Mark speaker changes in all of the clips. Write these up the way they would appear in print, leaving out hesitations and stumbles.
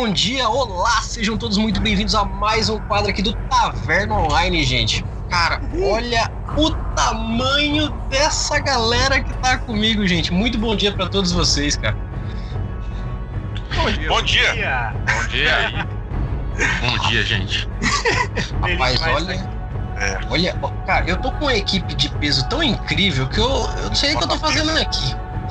Speaker 1: bom dia, olá, sejam todos muito bem-vindos a mais um quadro aqui do Taverna Online, gente. Cara, olha o tamanho dessa galera que tá comigo, gente. Muito bom dia pra todos vocês, cara.
Speaker 2: Bom dia.
Speaker 3: Bom dia.
Speaker 2: Bom dia aí. Bom dia, gente.
Speaker 1: Rapaz, olha, cara, eu tô com uma equipe de peso tão incrível que eu não sei o que eu tô fazendo aqui.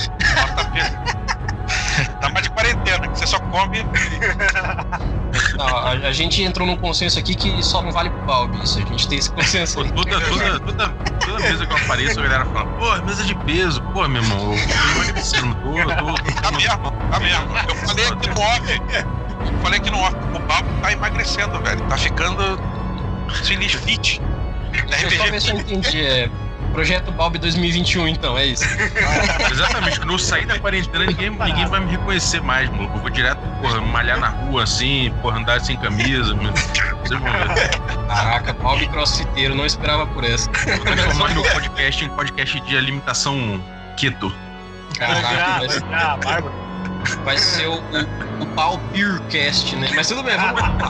Speaker 3: Tá mais de quarentena, que você só come.
Speaker 1: Não, a gente entrou num consenso aqui que só não vale pro Balbi, isso, a gente tem esse consenso aí.
Speaker 2: Toda mesa que eu apareço, a galera fala, pô, mesa de peso, pô, meu irmão, eu tô emagrecendo,
Speaker 3: Tá mesmo. Eu falei aqui no off, o Balbi tá emagrecendo, velho. Tá ficando feliz fit.
Speaker 1: Deixa eu só ver se eu entendi, Projeto Balbi 2021, então, é isso.
Speaker 2: Exatamente, quando eu sair da quarentena, ninguém vai me reconhecer mais, mano. Eu vou direto, porra, malhar na rua assim, porra, andar sem camisa, mano. Vocês vão ver.
Speaker 1: Caraca, Balbi crossfiteiro, não esperava por essa.
Speaker 2: Vou transformar meu podcast em podcast de alimentação keto.
Speaker 1: Caraca, vai ser o Pau Beercast, né? Mas tudo bem, vamos lá.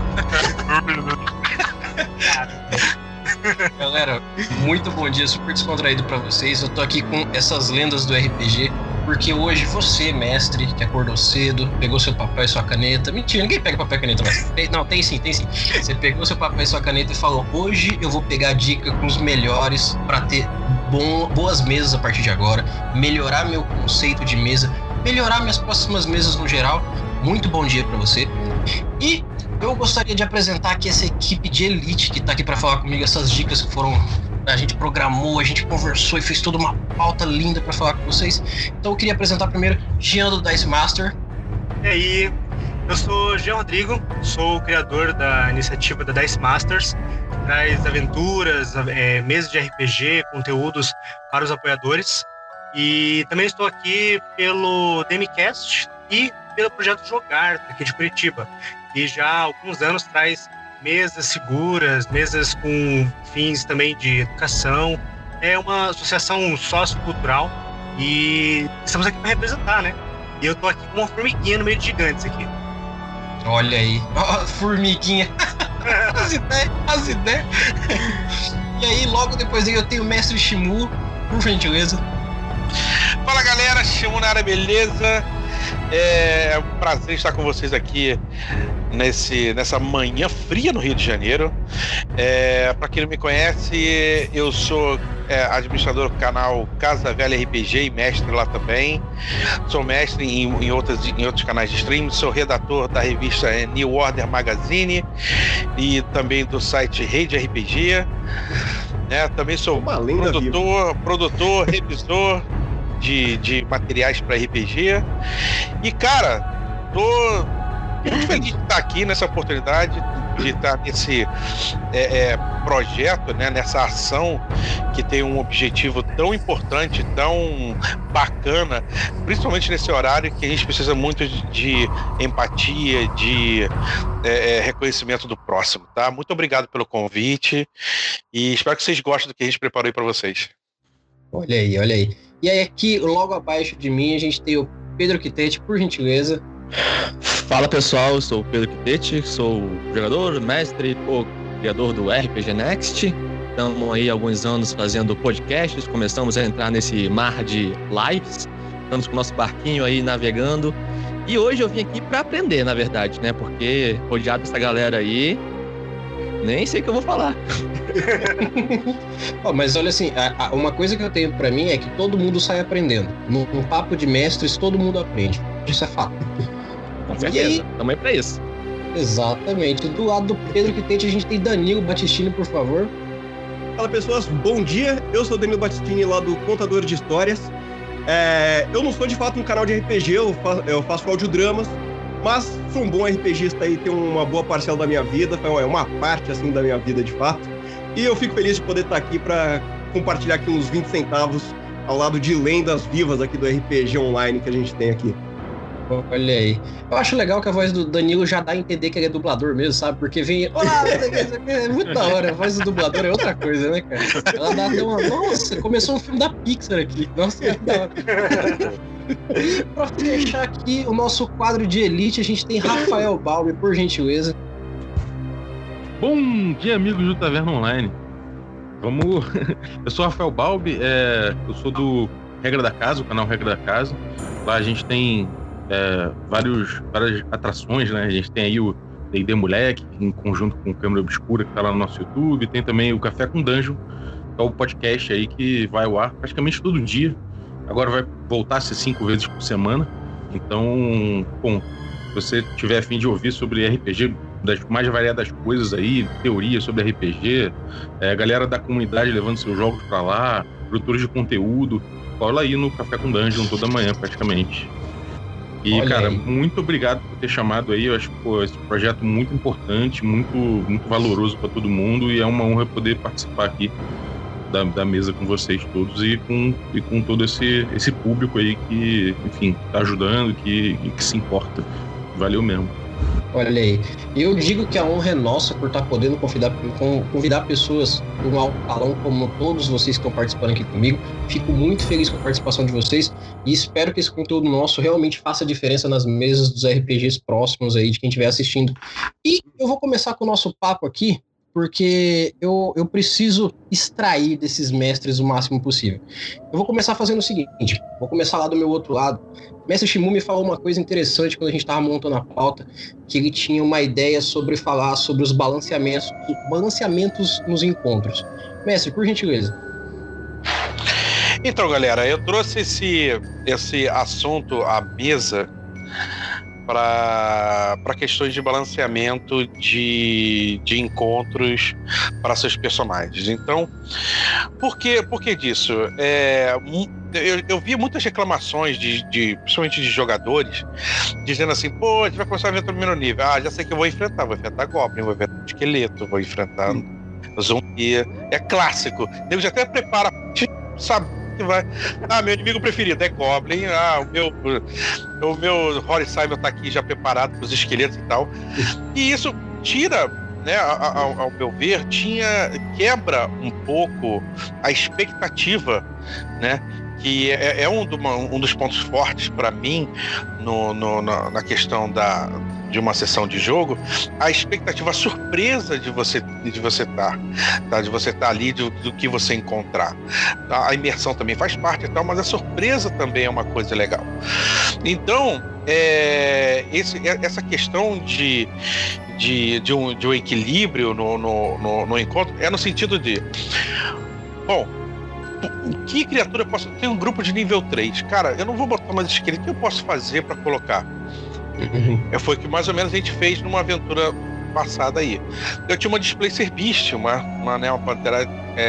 Speaker 1: Galera, muito bom dia, super descontraído pra vocês. Eu tô aqui com essas lendas do RPG, porque hoje você, mestre, que acordou cedo, pegou seu papel e sua caneta. Mentira, ninguém pega papel e caneta, mas... Não, tem sim. Você pegou seu papel e sua caneta e falou: hoje eu vou pegar a dica com os melhores pra ter boas mesas a partir de agora, melhorar meu conceito de mesa, melhorar minhas próximas mesas no geral. Muito bom dia pra você. E eu gostaria de apresentar aqui essa equipe de elite que tá aqui pra falar comigo, essas dicas que foram... A gente programou, a gente conversou e fez toda uma pauta linda pra falar com vocês. Então eu queria apresentar primeiro Jean do Dice Master.
Speaker 4: E aí, eu sou Jean Rodrigo, sou o criador da iniciativa da Dice Masters, traz aventuras, mesas de RPG, conteúdos para os apoiadores. E também estou aqui pelo DMCast e pelo projeto Jogar, aqui de Curitiba, que já há alguns anos traz mesas seguras, mesas com fins também de educação. É uma associação sociocultural e estamos aqui para representar, né? E eu tô aqui com uma formiguinha no meio de gigantes aqui.
Speaker 1: Olha aí, formiguinha. As ideias. E aí, logo depois dele eu tenho o Mestre Shimu, por gentileza.
Speaker 3: Fala galera, Shimu na área, beleza? É um prazer estar com vocês aqui nessa manhã fria no Rio de Janeiro. Para quem não me conhece, eu sou administrador do canal Casa Velha RPG e mestre lá também. Sou mestre em outros canais de stream. Sou redator da revista New Order Magazine e também do site Rede RPG. Também sou produtor, revisor de materiais para RPG. E cara, tô muito feliz de estar aqui nessa oportunidade, de estar nesse projeto, né, nessa ação que tem um objetivo tão importante, tão bacana, principalmente nesse horário que a gente precisa muito de empatia, de reconhecimento do próximo, tá? Muito obrigado pelo convite e espero que vocês gostem do que a gente preparou aí para vocês.
Speaker 1: Olha aí. E aí aqui, logo abaixo de mim, a gente tem o Pedro Quitete, por gentileza.
Speaker 5: Fala pessoal, eu sou o Pedro Quitete, sou jogador, mestre, criador do RPG Next. Estamos aí há alguns anos fazendo podcasts, começamos a entrar nesse mar de lives. Estamos com o nosso barquinho aí navegando. E hoje eu vim aqui para aprender, na verdade, né? Porque rodeado dessa galera aí, nem sei o que eu vou falar.
Speaker 1: Mas olha assim, uma coisa que eu tenho pra mim é que todo mundo sai aprendendo. Num papo de mestres, todo mundo aprende. Isso é fato.
Speaker 5: Com certeza, também pra isso.
Speaker 1: Exatamente. Do lado do Pedro Quitete, a gente tem Danilo Battistini, por favor.
Speaker 6: Fala pessoas, bom dia. Eu sou Danilo Battistini, lá do Contador de Histórias. Eu não sou de fato um canal de RPG, eu faço audiodramas, mas sou um bom RPGista aí, tem uma boa parcela da minha vida, é uma parte assim da minha vida de fato. E eu fico feliz de poder estar aqui para compartilhar aqui uns 20 centavos ao lado de lendas vivas aqui do RPG online que a gente tem aqui.
Speaker 1: Olha aí. Eu acho legal que a voz do Danilo já dá a entender que ele é dublador mesmo, sabe? Porque vem... Olá, é muito da hora. A voz do dublador é outra coisa, né, cara? Ela dá até uma... Nossa, começou um filme da Pixar aqui. Nossa, é da hora. Pra fechar aqui o nosso quadro de elite, a gente tem Rafael Balbi, por gentileza.
Speaker 2: Bom dia, amigos do Taverna Online. Eu sou o Rafael Balbi, eu sou do Regra da Casa, o canal Regra da Casa. Lá a gente tem várias atrações, né? A gente tem aí o D&D Moleque, em conjunto com o Câmara Obscura, que tá lá no nosso YouTube. Tem também o Café com Dungeon, que é o podcast aí que vai ao ar praticamente todo dia. Agora vai voltar a ser 5 vezes por semana. Então, bom, se você tiver a fim de ouvir sobre RPG, das mais variadas coisas aí, teorias sobre RPG, galera da comunidade levando seus jogos pra lá, produtores de conteúdo, cola aí no Café com Dungeon toda manhã, praticamente. E, olha, cara, aí, muito obrigado por ter chamado aí. Eu acho que esse projeto é muito importante, muito, muito valoroso para todo mundo, e é uma honra poder participar aqui da mesa com vocês todos e com todo esse público aí que, enfim, tá ajudando, que se importa. Valeu mesmo.
Speaker 1: Olha aí, eu digo que a honra é nossa por estar podendo convidar pessoas de um alto calão como todos vocês que estão participando aqui comigo. Fico muito feliz com a participação de vocês e espero que esse conteúdo nosso realmente faça diferença nas mesas dos RPGs próximos aí de quem estiver assistindo. E eu vou começar com o nosso papo aqui, porque eu preciso extrair desses mestres o máximo possível. Eu vou começar fazendo o seguinte, vou começar lá do meu outro lado. O mestre Shimu me falou uma coisa interessante quando a gente estava montando a pauta, que ele tinha uma ideia sobre falar sobre os balanceamentos nos encontros. Mestre, por gentileza.
Speaker 3: Então, galera, eu trouxe esse assunto à mesa para questões de balanceamento de encontros para seus personagens. Então, por que disso? Eu vi muitas reclamações principalmente de jogadores, dizendo assim, pô, a gente vai começar a aventura no primeiro nível. Ah, já sei que eu vou enfrentar Goblin, vou enfrentar Esqueleto, vou enfrentar Zumbi. É clássico. Eu já até prepara, sabe? Que vai. Ah, meu inimigo preferido é Goblin. Ah, o meu Holy Simon tá aqui já preparado para os esqueletos e tal. E isso tira, né, ao meu ver, quebra um pouco a expectativa, né? Que é um dos pontos fortes para mim na questão de uma sessão de jogo, a expectativa, a surpresa de você estar ali, do que você encontrar. Tá? A imersão também faz parte e tal, mas a surpresa também é uma coisa legal. Então, essa questão de um equilíbrio no encontro é no sentido de, bom, que criatura eu posso... Tem um grupo de nível 3. Cara, eu não vou botar mais esqueleto. O que eu posso fazer para colocar? Foi o que mais ou menos a gente fez numa aventura passada aí. Eu tinha uma Displacer Beast, uma pantera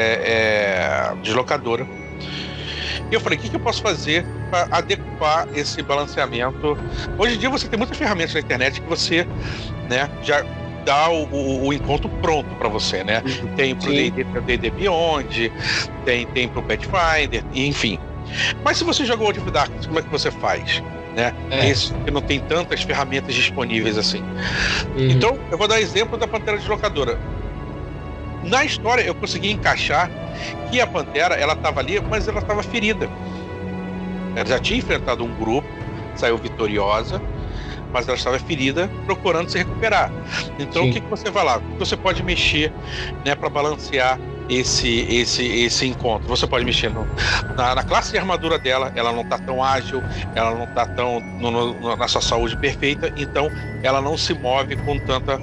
Speaker 3: deslocadora. E eu falei, o que eu posso fazer para adequar esse balanceamento? Hoje em dia você tem muitas ferramentas na internet que você, né, já dá o encontro pronto para você, né? Tem pro D&D Beyond, tem pro Pathfinder, enfim. Mas se você jogou World of Darkness, como é que você faz? Né? Esse que não tem tantas ferramentas disponíveis assim. Então, eu vou dar exemplo da Pantera Deslocadora. Na história, eu consegui encaixar que a Pantera, ela estava ali, mas ela estava ferida. Ela já tinha enfrentado um grupo, saiu vitoriosa, mas ela estava ferida, procurando se recuperar. Então, o que você vai lá? Você pode mexer, né, para balancear esse encontro. Você pode mexer na classe de armadura dela, ela não está tão ágil, ela não está tão na sua saúde perfeita, então ela não se move com tanta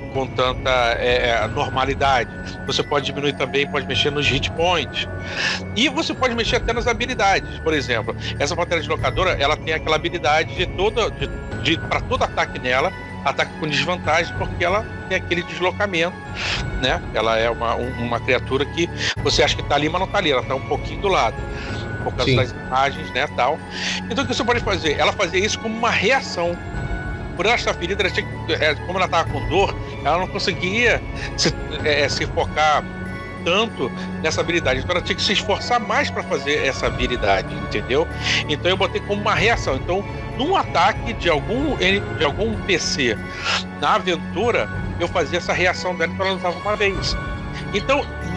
Speaker 3: normalidade. Você pode diminuir também, pode mexer nos hit points. E você pode mexer até nas habilidades. Por exemplo, essa Pantera Deslocadora, ela tem aquela habilidade para todo ataque nela, ataque com desvantagem, porque ela tem aquele deslocamento, né? Ela é uma criatura que você acha que tá ali, mas não tá ali, ela tá um pouquinho do lado, por causa das imagens, né, tal. Então o que você pode fazer? Ela fazia isso como uma reação. Por ela estar ferida, como ela estava com dor, ela não conseguia se focar tanto nessa habilidade, então ela tinha que se esforçar mais para fazer essa habilidade, entendeu? Então eu botei como uma reação. Então, num ataque de algum PC na aventura, eu fazia essa reação dela, então ela usava uma vez. Então,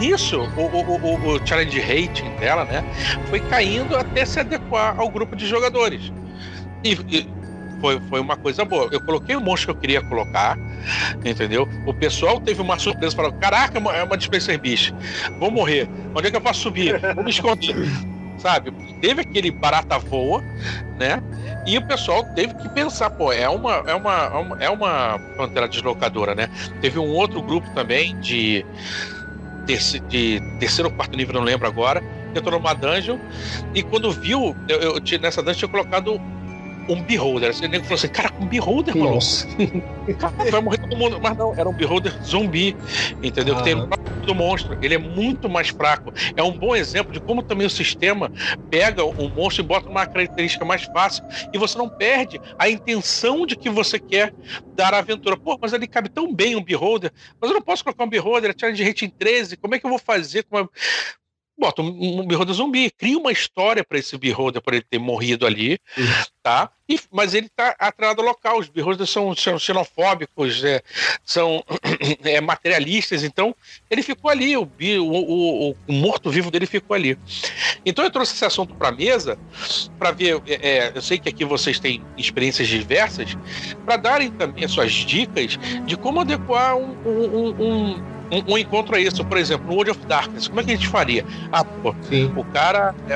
Speaker 3: nisso, o challenge rating dela, né, foi caindo até se adequar ao grupo de jogadores. E foi uma coisa boa. Eu coloquei o monstro que eu queria colocar, entendeu? O pessoal teve uma surpresa, falou: caraca, é uma Dispenser Beast, vou morrer. Onde é que eu posso subir? Vou me esconder. Sabe? Teve aquele barata voa, né? E o pessoal teve que pensar, pô, é uma pantera deslocadora, né? Teve um outro grupo também de terceiro ou quarto nível, não lembro agora, que entrou numa dungeon, e quando viu, nessa dungeon tinha colocado um Beholder. Esse nego falou assim: cara, um Beholder, mano. Vai morrer todo mundo. Mas não, era um Beholder zumbi, entendeu? Que tem no próprio do monstro. Ele é muito mais fraco. É um bom exemplo de como também o sistema pega um monstro e bota uma característica mais fácil, e você não perde a intenção de que você quer dar a aventura. Pô, mas ali cabe tão bem um Beholder, mas eu não posso colocar um Beholder, é challenge rating 13, como é que eu vou fazer com uma... Bota um Beholder zumbi, cria uma história para esse Beholder, por ele ter morrido ali, tá? Mas ele tá atrelado ao local. Os Beholders são xenofóbicos, são materialistas, então ele ficou ali, o morto-vivo dele ficou ali. Então eu trouxe esse assunto para a mesa, para ver, eu sei que aqui vocês têm experiências diversas, para darem também as suas dicas de como adequar um encontro a isso. Por exemplo, no World of Darkness, como é que a gente faria? O cara é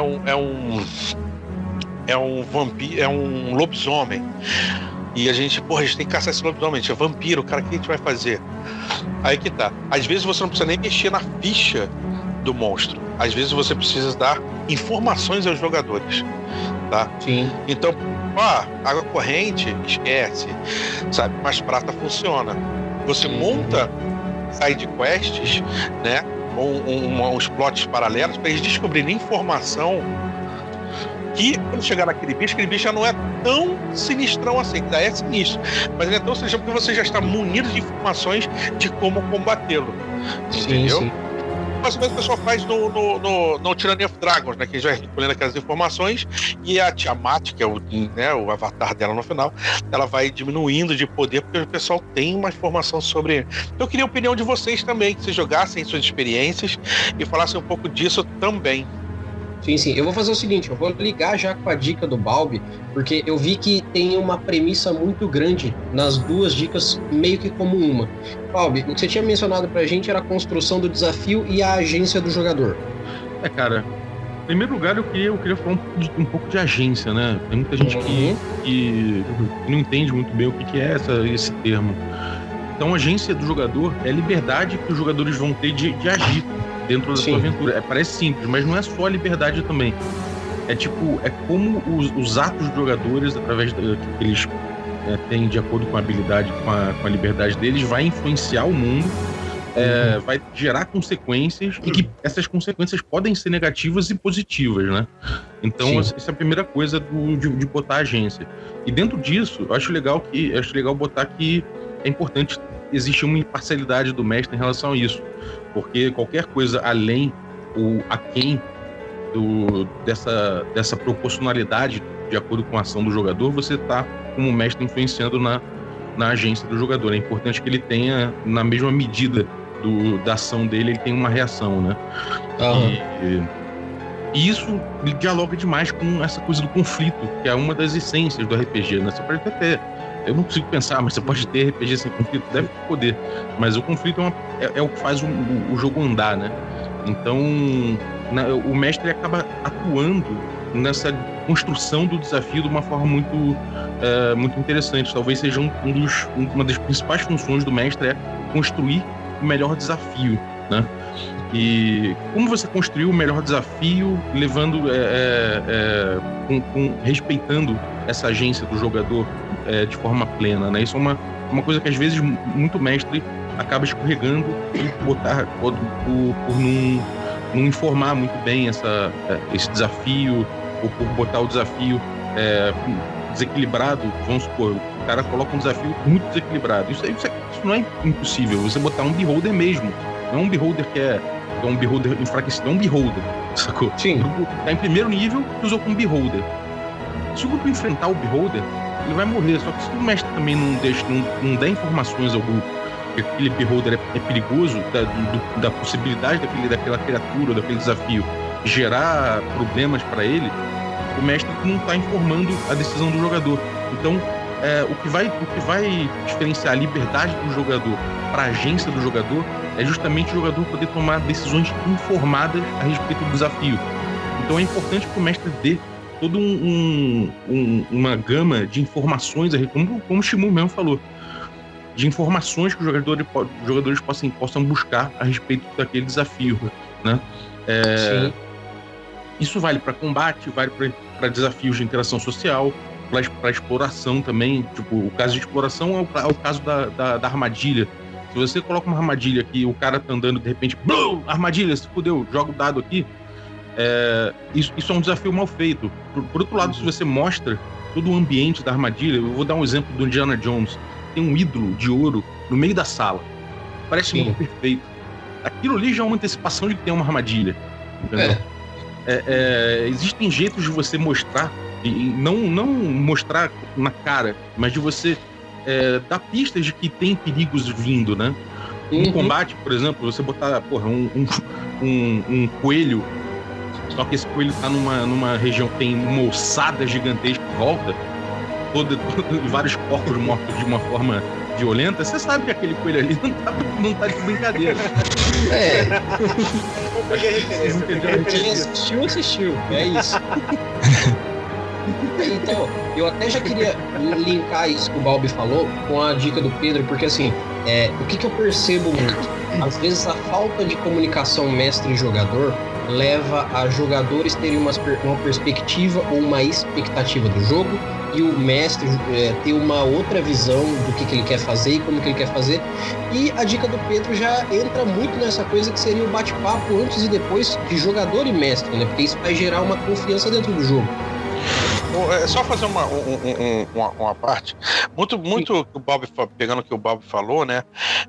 Speaker 3: um vampiro, é um lobisomem, e a gente tem que caçar esse lobisomem, a gente é vampiro, cara, o que a gente vai fazer? Aí que tá. Às vezes você não precisa nem mexer na ficha do monstro, às vezes você precisa dar informações aos jogadores, tá? Sim. Então, água corrente, esquece, sabe? Mas prata funciona. Você monta side quests, né? Uns plots paralelos para eles descobrirem informação que, quando chegar naquele bicho já não é tão sinistrão assim, ainda é sinistro, mas ele é tão sinistro porque você já está munido de informações de como combatê-lo. Entendeu? Sim. Mas o mesmo pessoal faz no Tyranny of Dragons, né? Que já é recolhendo aquelas informações, e a Tiamat, que é o avatar dela no final, ela vai diminuindo de poder porque o pessoal tem uma informação sobre. Eu queria a opinião de vocês também, que vocês jogassem suas experiências e falassem um pouco disso também.
Speaker 1: Sim. Eu vou fazer o seguinte, eu vou ligar já com a dica do Balbi, porque eu vi que tem uma premissa muito grande nas duas dicas, meio que como uma. Balbi, o que você tinha mencionado pra gente era a construção do desafio e a agência do jogador.
Speaker 2: Cara, em primeiro lugar eu queria falar um pouco de agência, né? Tem muita gente que não entende muito bem o que é esse termo. Então, a agência do jogador é a liberdade que os jogadores vão ter de agir dentro da sua aventura. Parece simples, mas não é só a liberdade também. É como os atos dos jogadores, através do que eles têm de acordo com a habilidade, com a liberdade deles, vai influenciar o mundo, vai gerar consequências, e que essas consequências podem ser negativas e positivas, né? Então, essa é a primeira coisa de botar a agência. E dentro disso, eu acho legal botar que é importante existir uma imparcialidade do mestre em relação a isso, porque qualquer coisa além ou aquém dessa proporcionalidade de acordo com a ação do jogador, você está, como mestre, influenciando na agência do jogador. É importante que ele tenha, na mesma medida da ação dele, ele tenha uma reação, né? E isso dialoga demais com essa coisa do conflito, que é uma das essências do RPG, né? Você pode até ter... Eu não consigo pensar, mas você pode ter RPG sem conflito? Deve poder. Mas o conflito é o que faz o jogo andar, né? Então, o mestre acaba atuando nessa construção do desafio de uma forma muito interessante. Talvez seja uma das principais funções do mestre é construir o melhor desafio, né? E como você construiu o melhor desafio, levando, respeitando essa agência do jogador de forma plena, né? Isso é uma coisa que às vezes muito mestre acaba escorregando e botar por não informar muito bem esse desafio, ou por botar o desafio desequilibrado. Vamos supor, o cara coloca um desafio muito desequilibrado. Isso não é impossível. Você botar um Beholder mesmo, não é um Beholder que é um Beholder enfraquecido, é um Beholder, sacou? Sim. O grupo tá em primeiro nível e usou com um Beholder. Se o grupo enfrentar o Beholder, ele vai morrer. Só que se o mestre também não der informações ao grupo que aquele beholder é perigoso, da possibilidade daquela criatura, daquele desafio gerar problemas para ele, o mestre não está informando a decisão do jogador. Então, o que vai diferenciar a liberdade do jogador para a agência do jogador é justamente o jogador poder tomar decisões informadas a respeito do desafio. Então é importante que o mestre dê toda uma gama de informações, como o Shimu mesmo falou, de informações que os jogadores possam buscar a respeito daquele desafio, né? Isso vale para combate, vale para desafios de interação social, para exploração também. Tipo, o caso de exploração é o caso da armadilha. Se você coloca uma armadilha aqui, o cara tá andando, de repente, blum, armadilha, se fudeu, joga o dado aqui. Isso é um desafio mal feito. Por outro lado, se você mostra todo o ambiente da armadilha, eu vou dar um exemplo do Indiana Jones. Tem um ídolo de ouro no meio da sala. Parece muito perfeito. Aquilo ali já é uma antecipação de que tem uma armadilha. Entendeu? Existem jeitos de você mostrar, e não mostrar na cara, mas de você dar pistas de que tem perigos vindo, né? Em combate, por exemplo, você botar um coelho, só que esse coelho tá numa região que tem uma ossada gigantesca em volta, e vários corpos mortos de uma forma violenta, você sabe que aquele coelho ali não tá de brincadeira.
Speaker 1: Quem assistiu. É isso. Então, eu até já queria linkar isso que o Balbi falou com a dica do Pedro, porque assim, o que eu percebo muito? Às vezes a falta de comunicação mestre e jogador leva a jogadores terem uma perspectiva ou uma expectativa do jogo e o mestre ter uma outra visão do que ele quer fazer e como que ele quer fazer. E a dica do Pedro já entra muito nessa coisa que seria o bate-papo antes e depois de jogador e mestre, né? Porque isso vai gerar uma confiança dentro do jogo.
Speaker 3: É só fazer uma parte. Muito que o Bob, pegando o que o Bob falou, né?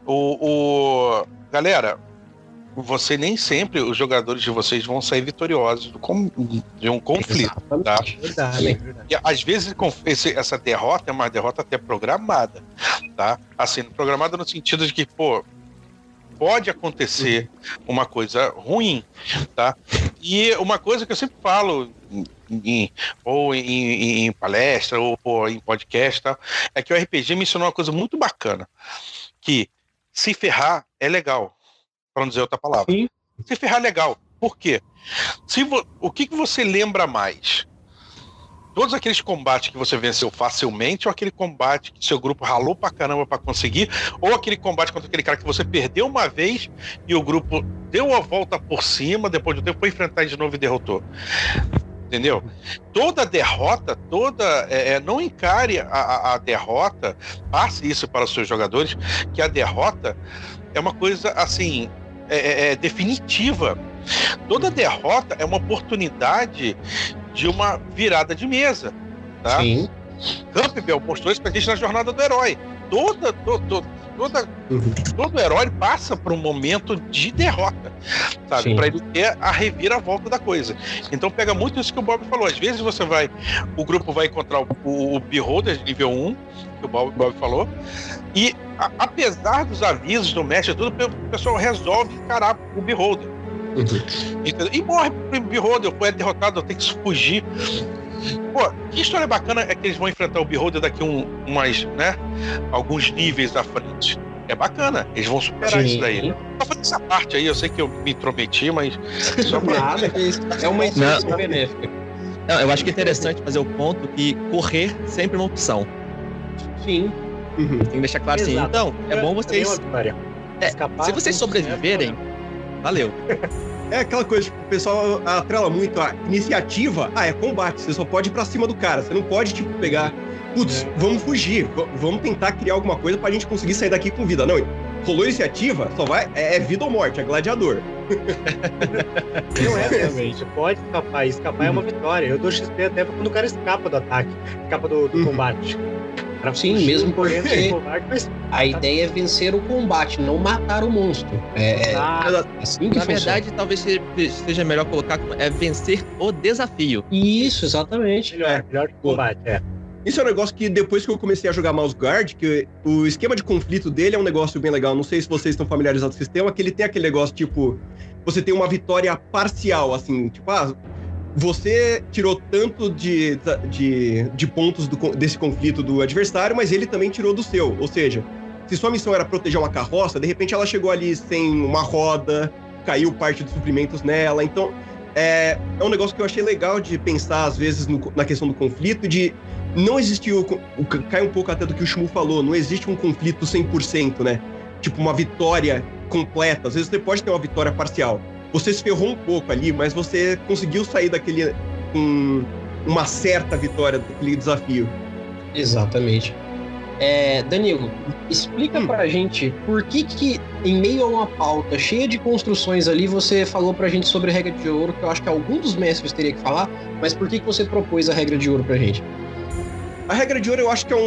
Speaker 3: Galera, você nem sempre os jogadores de vocês vão sair vitoriosos de um conflito, tá?
Speaker 4: Verdade.
Speaker 3: E às vezes essa derrota é uma derrota até programada, tá? Assim, programada no sentido de que, pode acontecer uma coisa ruim, tá? E uma coisa que eu sempre falo em palestra ou em podcast, tá? É que o RPG me ensinou uma coisa muito bacana, que se ferrar é legal, para não dizer outra palavra. Sim. Se ferrar é legal. Por quê? O que você lembra mais? Todos aqueles combates que você venceu facilmente, ou aquele combate que seu grupo ralou pra caramba pra conseguir, ou aquele combate contra aquele cara que você perdeu uma vez e o grupo deu a volta por cima, depois de um tempo foi enfrentar de novo e derrotou. Entendeu? Toda derrota, não encare a derrota, passe isso para os seus jogadores, que a derrota é uma coisa assim, definitiva. Toda derrota é uma oportunidade de uma virada de mesa, tá? Sim. Campbell mostrou isso pra gente na jornada do herói. Todo herói passa por um momento de derrota, sabe? Para ele ter a reviravolta da coisa. Então pega muito isso que o Bob falou. Às vezes o grupo vai encontrar o Beholder de nível 1, que o Bob falou, e apesar dos avisos do mestre, tudo, o pessoal resolve encarar o Beholder. E morre pro Beholder, é derrotado, tem que fugir. Que história bacana é que eles vão enfrentar o Beholder daqui alguns níveis à frente. É bacana, eles vão superar isso daí. Só fazer essa parte aí, eu sei que eu me intrometi, mas só pra nada.
Speaker 1: É uma intenção benéfica.
Speaker 5: Não, eu acho que é interessante fazer o ponto que correr sempre é uma opção.
Speaker 1: Sim.
Speaker 5: Tem que deixar claro assim. Então, é bom vocês. Se vocês sobreviverem, valeu.
Speaker 6: É aquela coisa, tipo, o pessoal atrela muito a iniciativa. É combate, você só pode ir pra cima do cara. Você não pode, tipo, pegar... vamos fugir, vamos tentar criar alguma coisa pra gente conseguir sair daqui com vida. Não, rolou iniciativa, só vai... É vida ou morte, é gladiador.
Speaker 4: Não é realmente, pode escapar. Escapar é uma vitória. Eu dou XP até quando o cara escapa do ataque, escapa do combate.
Speaker 1: Sim, mesmo porque a ideia é vencer o combate, não matar o monstro. Assim que
Speaker 5: na verdade, talvez seja melhor colocar como vencer o desafio.
Speaker 1: Isso, exatamente.
Speaker 4: Melhor que o combate,
Speaker 6: Isso é um negócio que depois que eu comecei a jogar Mouse Guard, que o esquema de conflito dele é um negócio bem legal. Não sei se vocês estão familiarizados com o sistema, que ele tem aquele negócio, tipo, você tem uma vitória parcial, assim, tipo, você tirou tanto de pontos desse conflito do adversário, mas ele também tirou do seu. Ou seja, se sua missão era proteger uma carroça, de repente ela chegou ali sem uma roda, caiu parte dos suprimentos nela. Então, é um negócio que eu achei legal de pensar, às vezes, na questão do conflito, de não existir cai um pouco até do que o Shmu falou, não existe um conflito 100%, né? Tipo, uma vitória completa. Às vezes você pode ter uma vitória parcial. Você se ferrou um pouco ali, mas você conseguiu sair daquele... uma certa vitória daquele desafio.
Speaker 1: Exatamente. Danilo, explica pra gente por que em meio a uma pauta cheia de construções ali, você falou pra gente sobre a regra de ouro, que eu acho que algum dos mestres teria que falar, mas por que você propôs a regra de ouro pra gente?
Speaker 6: A regra de ouro eu acho que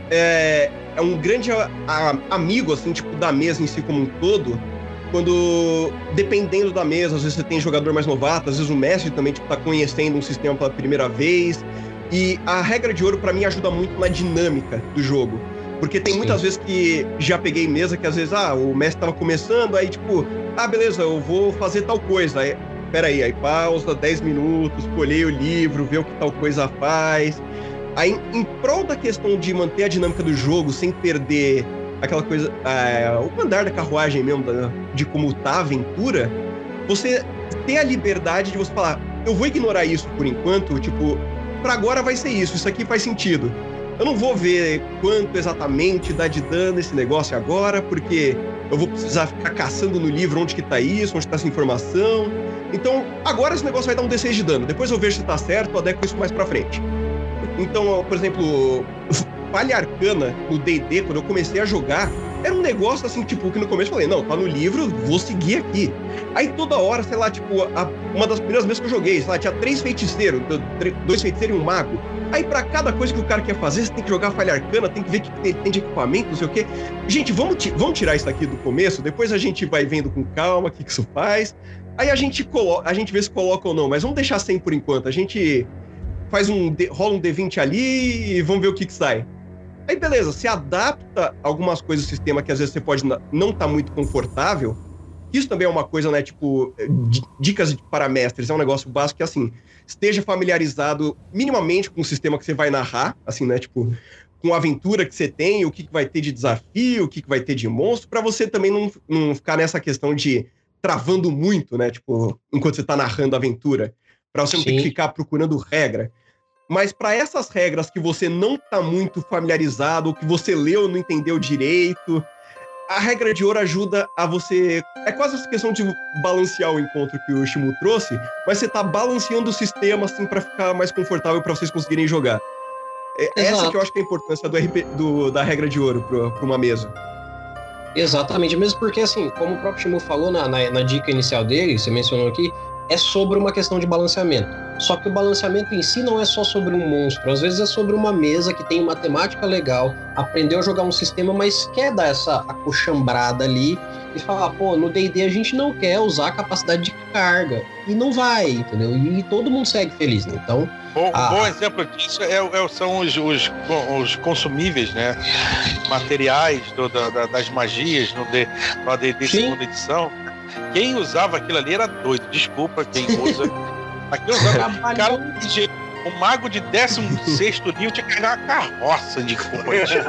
Speaker 6: é um grande amigo, assim, tipo, da mesa em si como um todo, quando, dependendo da mesa, às vezes você tem jogador mais novato, às vezes o mestre também, tipo, tá conhecendo um sistema pela primeira vez, e a regra de ouro, pra mim, ajuda muito na dinâmica do jogo, porque tem muitas vezes que já peguei mesa que, às vezes, o mestre tava começando, aí, tipo, beleza, eu vou fazer tal coisa, aí pausa, 10 minutos, colhei o livro, vê o que tal coisa faz. Aí, em prol da questão de manter a dinâmica do jogo, sem perder aquela coisa, o andar da carruagem mesmo, de como tá a aventura, você ter a liberdade de você falar, eu vou ignorar isso por enquanto, tipo, pra agora vai ser isso aqui faz sentido. Eu não vou ver quanto exatamente dá de dano esse negócio agora, porque eu vou precisar ficar caçando no livro onde que tá isso, onde tá essa informação. Então, agora esse negócio vai dar um D6 de dano, depois eu vejo se tá certo, eu adequo isso mais pra frente. Então, por exemplo, falha arcana no D&D, quando eu comecei a jogar, era um negócio assim, tipo, que no começo eu falei, não, tá no livro, vou seguir aqui. Aí toda hora, sei lá, tipo, uma das primeiras vezes que eu joguei, sei lá, tinha 3 feiticeiros, 2 feiticeiros e um mago. Aí pra cada coisa que o cara quer fazer, você tem que jogar falha arcana, tem que ver o que tem de equipamento, não sei o quê. Gente, vamos tirar isso aqui do começo, depois a gente vai vendo com calma o que isso faz. Aí a gente vê se coloca ou não, mas vamos deixar sem por enquanto. A gente rola um D20 ali e vamos ver o que sai. Aí beleza, se adapta algumas coisas do sistema que às vezes você pode não estar muito confortável. Isso também é uma coisa, né, tipo, dicas para mestres, é um negócio básico que, assim, esteja familiarizado minimamente com o sistema que você vai narrar, assim, né, tipo, com a aventura que você tem, o que vai ter de desafio, o que vai ter de monstro, para você também não ficar nessa questão de travando muito, né, tipo, enquanto você tá narrando a aventura, para você não ter que ficar procurando regra. Mas para essas regras que você não tá muito familiarizado, ou que você leu e não entendeu direito, a regra de ouro ajuda a você... É quase essa questão de balancear o encontro que o Shmu trouxe, mas você tá balanceando o sistema, assim, para ficar mais confortável para vocês conseguirem jogar. Essa que eu acho que é a importância da regra de ouro para uma mesa.
Speaker 1: Exatamente, mesmo porque, assim, como o próprio Shmu falou na dica inicial dele, você mencionou aqui, é sobre uma questão de balanceamento. Só que o balanceamento em si não é só sobre um monstro, às vezes é sobre uma mesa que tem uma temática legal, aprendeu a jogar um sistema, mas quer dar essa acochambrada ali e falar, pô, no D&D a gente não quer usar a capacidade de carga. E não vai, entendeu? E todo mundo segue feliz, né? Então...
Speaker 3: Bom exemplo disso são os consumíveis, né? Materiais das magias no D&D segunda edição. Quem usava aquilo ali era doido. Desculpa quem usa. Aquilo usava. O mago de 16º nível tinha que carregar uma carroça de componente.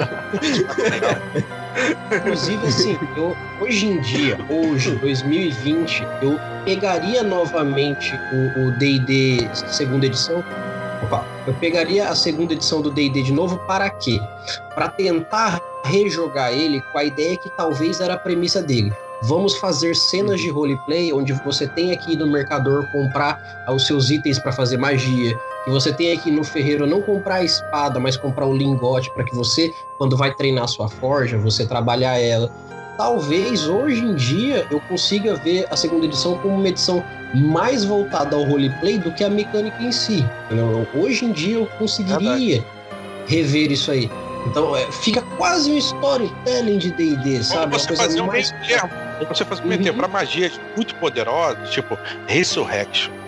Speaker 1: Inclusive, assim, hoje em dia, 2020, eu pegaria novamente o D&D segunda edição. Eu pegaria a segunda edição do D&D de novo para quê? Para tentar rejogar ele com a ideia que talvez era a premissa dele. Vamos fazer cenas de roleplay onde você tenha que ir no mercador comprar os seus itens para fazer magia, que você tenha que ir no ferreiro não comprar a espada, mas comprar o lingote para que você, quando vai treinar a sua forja, você trabalhar ela. Talvez hoje em dia eu consiga ver a segunda edição como uma edição mais voltada ao roleplay do que a mecânica em si. Hoje em dia eu conseguiria rever isso aí. Então fica quase um storytelling de D&D, sabe?
Speaker 3: Você fazer um meio termo para magias muito poderosas, tipo Resurrection.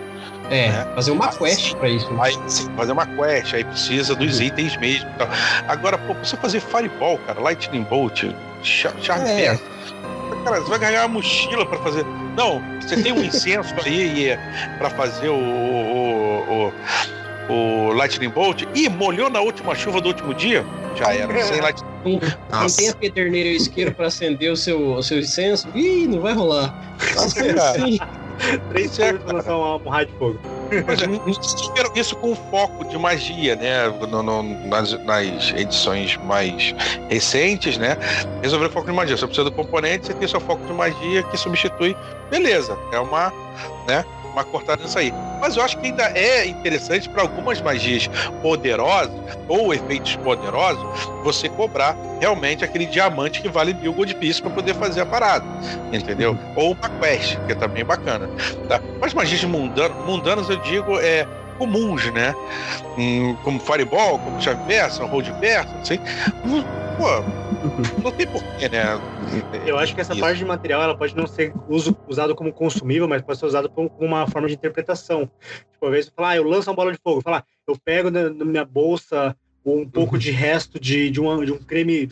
Speaker 1: Fazer uma quest pra isso.
Speaker 3: Aí, sim, fazer uma quest, aí precisa dos itens mesmo. Então. Agora, pô, você fazer Fireball, cara, Lightning Bolt, Charme cara, você vai ganhar uma mochila pra fazer. Não, você tem um incenso aí pra fazer o Lightning Bolt e molhou na última chuva do último dia? Já era, sem Lightning Bolt.
Speaker 1: Não tem a pederneira e o isqueiro pra acender o seu incenso? Ih, não vai rolar.
Speaker 3: Sim.
Speaker 4: 3 segundos pra lançar um raio de fogo.
Speaker 3: Pois é, isso com foco de magia, né? Nas edições mais recentes, né? Resolver o foco de magia. Você precisa do componente, você tem seu foco de magia que substitui. Beleza, é uma cortada nisso aí. Mas eu acho que ainda é interessante para algumas magias poderosas ou efeitos poderosos você cobrar realmente aquele diamante que vale 1000 Gold Piece para poder fazer a parada, entendeu? Ou uma quest, que é também bacana, tá? Mas magias mundanas eu digo comuns, né? Como Fireball, como Chave Persa, Hold Persa, assim. Pô, não tem porquê, né?
Speaker 4: Eu acho que essa parte de material ela pode não ser usado como consumível, mas pode ser usado como uma forma de interpretação. Tipo, às vezes eu falo, eu lanço uma bola de fogo. Eu pego na minha bolsa um pouco de resto de um creme,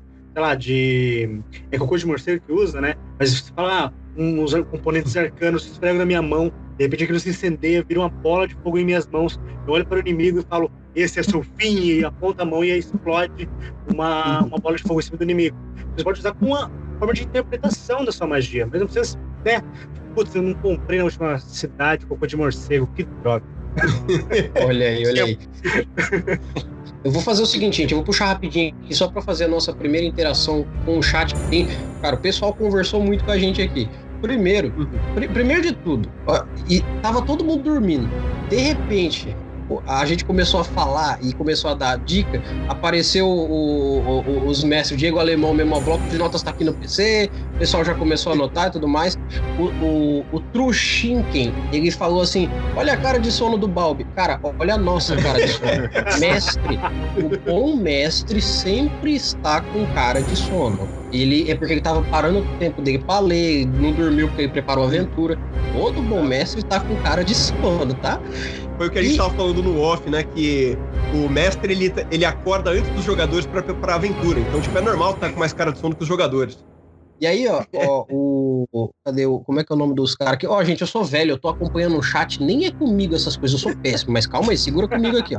Speaker 4: é cocô de morcego que usa, né? Mas você fala, uns componentes arcanos, se esfrega na minha mão, de repente aquilo se incendeia, vira uma bola de fogo em minhas mãos. Eu olho para o inimigo e falo, esse é seu fim, e aponta a mão e aí explode uma bola de fogo em cima do inimigo. Você pode usar como uma forma de interpretação da sua magia, mas não precisa, né? Putz, eu não comprei na última cidade cocô de morcego, que droga.
Speaker 1: Olha aí. Eu vou fazer o seguinte, gente, eu vou puxar rapidinho aqui só para fazer a nossa primeira interação com o chat que tem. Cara, o pessoal conversou muito com a gente aqui. Primeiro de tudo, e tava todo mundo dormindo. De repente, a gente começou a falar e começou a dar dica, apareceu os mestres Diego Alemão, mesmo, o bloco de notas tá aqui no PC, o pessoal já começou a anotar e tudo mais. O Trushinken, ele falou assim, olha a cara de sono do Balbi. Cara, olha a nossa cara de sono. Mestre, o bom mestre sempre está com cara de sono. Ele é porque ele tava parando o tempo dele pra ler, não dormiu porque ele preparou a aventura. Todo bom mestre tá com cara de sono, tá?
Speaker 6: Foi o que a gente tava falando no off, né? Que o mestre, ele acorda antes dos jogadores pra preparar a aventura. Então, tipo, é normal estar com mais cara de sono que os jogadores.
Speaker 1: E aí, cadê como é que é o nome dos caras aqui? Gente, eu sou velho, eu tô acompanhando o chat, nem é comigo essas coisas, eu sou péssimo, mas calma aí, segura comigo aqui, ó.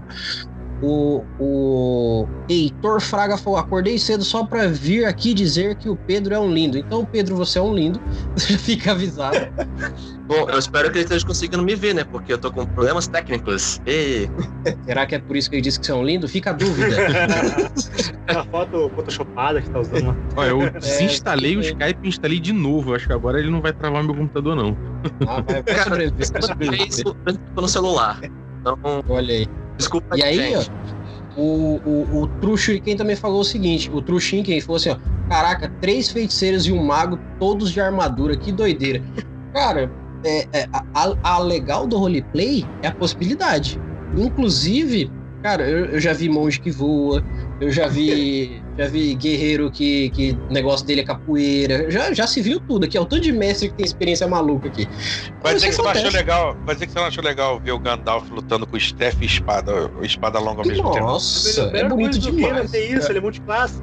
Speaker 1: O Heitor Fraga falou, acordei cedo só pra vir aqui dizer que o Pedro é um lindo. Então, Pedro, você é um lindo, você já fica avisado.
Speaker 5: Bom, eu espero que ele esteja conseguindo me ver, né? Porque eu tô com problemas técnicos.
Speaker 1: Será que é por isso que ele disse que você é um lindo? Fica a dúvida.
Speaker 4: A foto photoshopada que tá usando lá.
Speaker 2: Olha, eu desinstalei o Skype e instalei de novo. Acho que agora ele não vai travar meu computador, não.
Speaker 1: Vai sobreviver.
Speaker 5: Isso no celular. Então,
Speaker 1: olha aí.
Speaker 5: Desculpa,
Speaker 1: e aí,
Speaker 5: gente.
Speaker 1: O Trushinken também falou o seguinte, o Trushinken falou assim, caraca, 3 feiticeiros e um mago, todos de armadura, que doideira. Cara, a legal do roleplay é a possibilidade. Inclusive, cara, eu já vi monge que voa, eu já vi guerreiro que o negócio dele é capoeira, já se viu tudo aqui, é o tanto de mestre que tem experiência maluca aqui.
Speaker 3: Vai dizer que você não achou legal ver o Gandalf lutando com Steph e espada longa ao mesmo tempo.
Speaker 1: Nossa, é bonito demais.
Speaker 4: Isso, ele é multiclasse.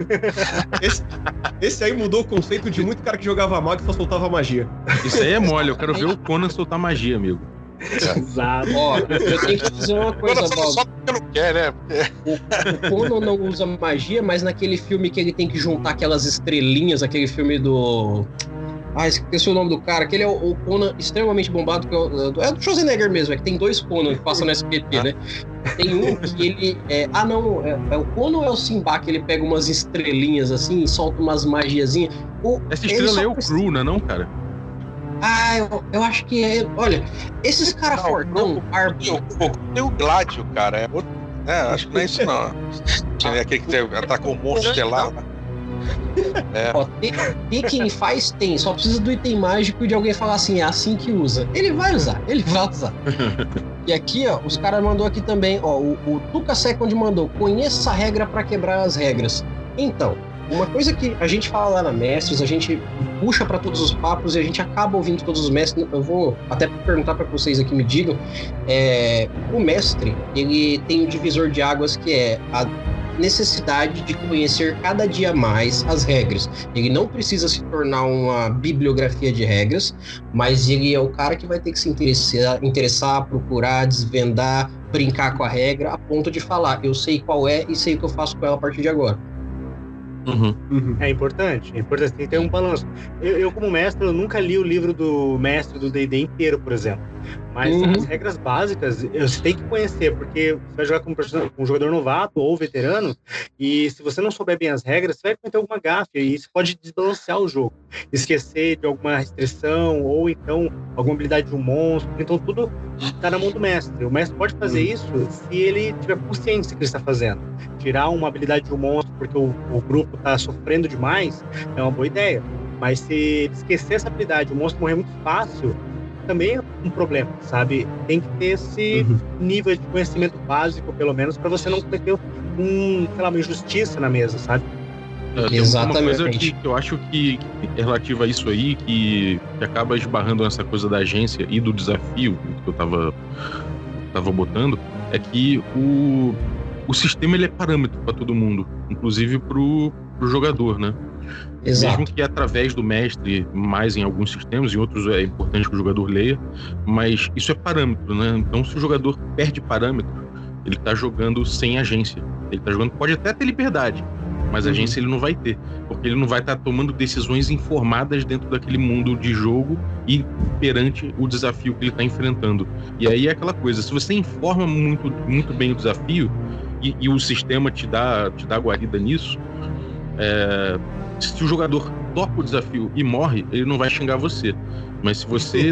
Speaker 6: Esse aí mudou o conceito de muito cara que jogava mago e só soltava magia.
Speaker 2: Isso aí é mole, eu quero ver o Conan soltar magia, amigo.
Speaker 4: Exato.
Speaker 1: Eu tenho que dizer uma coisa, Bob.
Speaker 3: Só porque não quer, né?
Speaker 1: O Conan não usa magia, mas naquele filme que ele tem que juntar aquelas estrelinhas, aquele filme do... esqueci o nome do cara, aquele é o Conan extremamente bombado, que é do Schwarzenegger mesmo, que tem 2 Conan que passam no SBT, né? Tem um que ele... é o Conan ou é o Simba, que ele pega umas estrelinhas assim e solta umas magiazinhas?
Speaker 2: Essa estrela é o Cru, não é não, cara?
Speaker 1: Eu acho que é... Olha, esses caras fortão...
Speaker 3: Tem o Gládio, cara. É outro, acho que não é isso, não. Tinha aquele que atacou um monstro estelar.
Speaker 1: Tem quem faz, tem. Só precisa do item mágico e de alguém falar assim, é assim que usa. Ele vai usar. E aqui, os caras mandou aqui também, o Tuca Second mandou, conheça a regra pra quebrar as regras. Então, uma coisa que a gente fala lá na Mestres, a gente puxa para todos os papos e a gente acaba ouvindo todos os mestres. Eu vou até perguntar para vocês aqui, me digam, o mestre, ele tem um divisor de águas que é a necessidade de conhecer cada dia mais as regras. Ele não precisa se tornar uma bibliografia de regras, mas ele é o cara que vai ter que se interessar, procurar, desvendar, brincar com a regra, a ponto de falar, eu sei qual é e sei o que eu faço com ela a partir de agora.
Speaker 4: É importante, tem que ter um balanço. Eu como mestre, eu nunca li o livro do mestre do D&D inteiro, por exemplo. Mas as regras básicas você tem que conhecer, porque você vai jogar com um jogador novato ou veterano, e se você não souber bem as regras, você vai cometer alguma gafe, e isso pode desbalancear o jogo. Esquecer de alguma restrição, ou então alguma habilidade de um monstro. Então tudo está na mão do mestre. O mestre pode fazer isso se ele tiver consciência que ele está fazendo. Tirar uma habilidade de um monstro porque o grupo está sofrendo demais é uma boa ideia. Mas se ele esquecer essa habilidade, o monstro morrer muito fácil, também é um problema, sabe? Tem que ter esse nível de conhecimento básico, pelo menos, para você não cometer uma injustiça na mesa, sabe?
Speaker 2: Exatamente. Uma coisa que eu acho que é relativa a isso aí, que acaba esbarrando nessa coisa da agência e do desafio que eu tava botando, é que o sistema ele é parâmetro para todo mundo, inclusive pro jogador, né?
Speaker 1: Exato.
Speaker 2: Mesmo que através do mestre, mais em alguns sistemas, em outros é importante que o jogador leia, mas isso é parâmetro, né? Então, se o jogador perde parâmetro, ele tá jogando sem agência. Ele tá jogando, pode até ter liberdade, mas agência ele não vai ter, porque ele não vai estar tomando decisões informadas dentro daquele mundo de jogo e perante o desafio que ele está enfrentando. E aí é aquela coisa, se você informa muito, muito bem o desafio e o sistema te dá guarida nisso, se o jogador topa o desafio e morre, ele não vai xingar você. Mas se você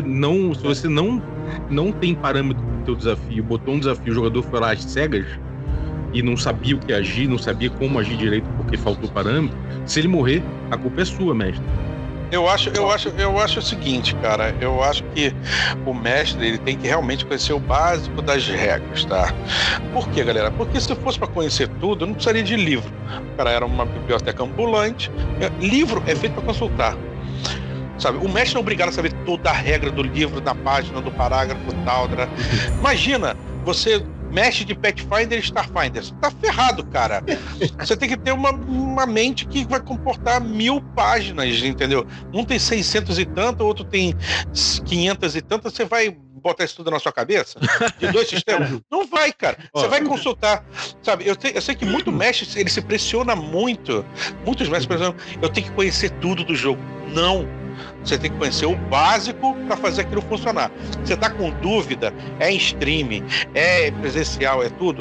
Speaker 2: não tem parâmetro pro teu desafio, botou um desafio, o jogador foi lá às cegas e não sabia o que agir, não sabia como agir direito porque faltou parâmetro, se ele morrer, a culpa é sua, mestre.
Speaker 3: Eu acho o seguinte, cara. Eu acho que o mestre ele tem que realmente conhecer o básico das regras, tá? Por quê, galera? Porque se fosse para conhecer tudo, eu não precisaria de livro. O cara era uma biblioteca ambulante. Livro é feito para consultar. Sabe? O mestre não é obrigado a saber toda a regra do livro, da página, do parágrafo, tal. Imagina, você mestre de Pathfinder e Starfinder. Você tá ferrado, cara. Você tem que ter uma mente que vai comportar 1000 páginas, entendeu? Um tem 600 e tanto, o outro tem 500 e tanto. Você vai botar isso tudo na sua cabeça? De 2 sistemas? Não vai, cara. Você vai consultar. Sabe, eu sei que muito mestre, ele se pressiona muito. Muitos mestres, por exemplo, eu tenho que conhecer tudo do jogo. Não. Você tem que conhecer o básico para fazer aquilo funcionar. Você tá com dúvida, é em streaming, é presencial, é tudo.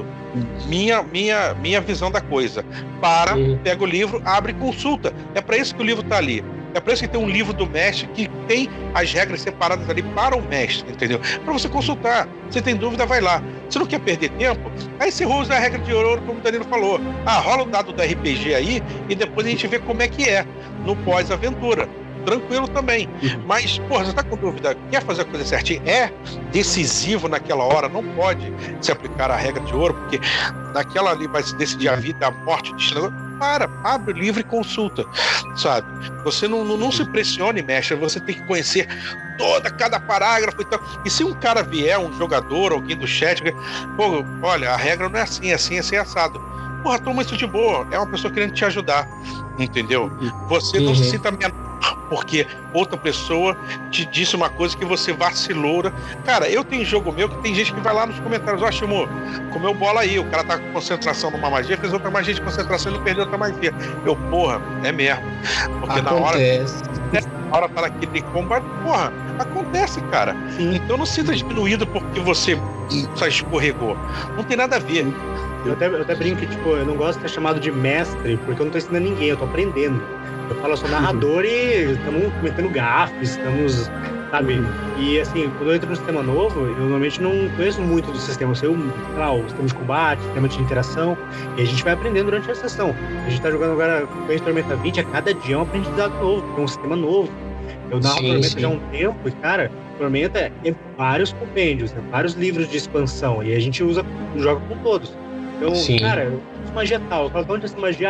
Speaker 3: Minha visão da coisa. Pega o livro, abre e consulta. É para isso que o livro tá ali. É para isso que tem um livro do mestre que tem as regras separadas ali para o mestre, entendeu? Para você consultar. Se tem dúvida, vai lá. Se não quer perder tempo, aí você usa a regra de ouro, como o Danilo falou. Rola o dado do RPG aí e depois a gente vê como é que é no pós-aventura. Tranquilo também. Mas, porra, você tá com dúvida, quer fazer a coisa certinha? É decisivo naquela hora, não pode se aplicar a regra de ouro, porque naquela ali vai se decidir a vida, a morte, o destino. Abre o livro e consulta, sabe? Você não se pressione, mestre, você tem que conhecer cada parágrafo e tal. E se um cara vier, um jogador, alguém do chat, pô, olha, a regra não é assim, assim, assim, assado. Porra, toma isso de boa, é uma pessoa querendo te ajudar, entendeu? Você não se sinta menor porque outra pessoa te disse uma coisa que você vacilou. Cara, eu tenho jogo meu que tem gente que vai lá nos comentários, ó, Shimu, comeu bola aí, o cara tá com concentração numa magia, fez outra magia de concentração e ele perdeu outra magia. porra, é mesmo. Porque
Speaker 1: acontece.
Speaker 3: na hora tá naquele combate, porra, acontece, cara. Sim. Então não se sinta diminuído porque você só escorregou. Não tem nada a ver.
Speaker 4: Eu até brinco que, tipo, eu não gosto de ser chamado de mestre, porque eu não tô ensinando ninguém, eu tô aprendendo. Eu falo, eu sou narrador e estamos cometendo gafes, estamos, sabe? E assim, quando eu entro num sistema novo, eu normalmente não conheço muito do sistema. Eu sei, sei lá, o sistema de combate, o sistema de interação, e a gente vai aprendendo durante a sessão. A gente tá jogando agora com Tormenta 20, a cada dia é um aprendizado novo, é um sistema novo. Eu narro Tormenta já há um tempo e, cara, Tormenta é vários compêndios, vários livros de expansão, e a gente joga com todos. Então, cara, eu uso magia tal. Eu falo, de onde é essa magia?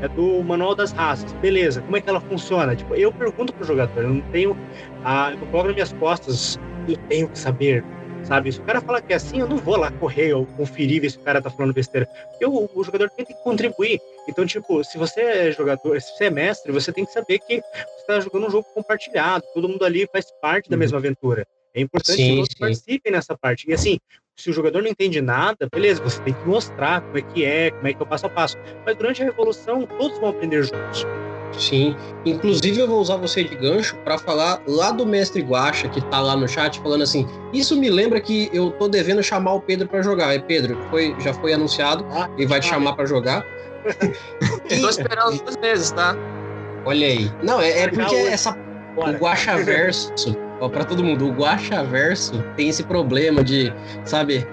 Speaker 4: é do Manual das Raças. Beleza, como é que ela funciona? Tipo, eu pergunto pro jogador, eu não tenho... eu coloco nas minhas costas, eu tenho que saber, sabe? Se o cara falar que é assim, eu não vou lá correr ou conferir, ver se o cara tá falando besteira. Porque o jogador tem que contribuir. Então, tipo, se você é jogador, se você é mestre, você tem que saber que você tá jogando um jogo compartilhado, todo mundo ali faz parte da mesma aventura. É importante que todos participem nessa parte. E assim, se o jogador não entende nada, beleza, você tem que mostrar como é que é o passo a passo. Mas durante a revolução, todos vão aprender juntos.
Speaker 1: Sim, inclusive eu vou usar você de gancho para falar lá do Mestre Guaxa, que tá lá no chat, falando assim, isso me lembra que eu tô devendo chamar o Pedro para jogar. Pedro, já foi anunciado, ele vai te chamar para jogar.
Speaker 5: Tô esperando 2 meses, tá?
Speaker 1: Olha aí. Não, é porque o Guaxaverso, ó, pra todo mundo, o Guaxaverso tem esse problema de, sabe,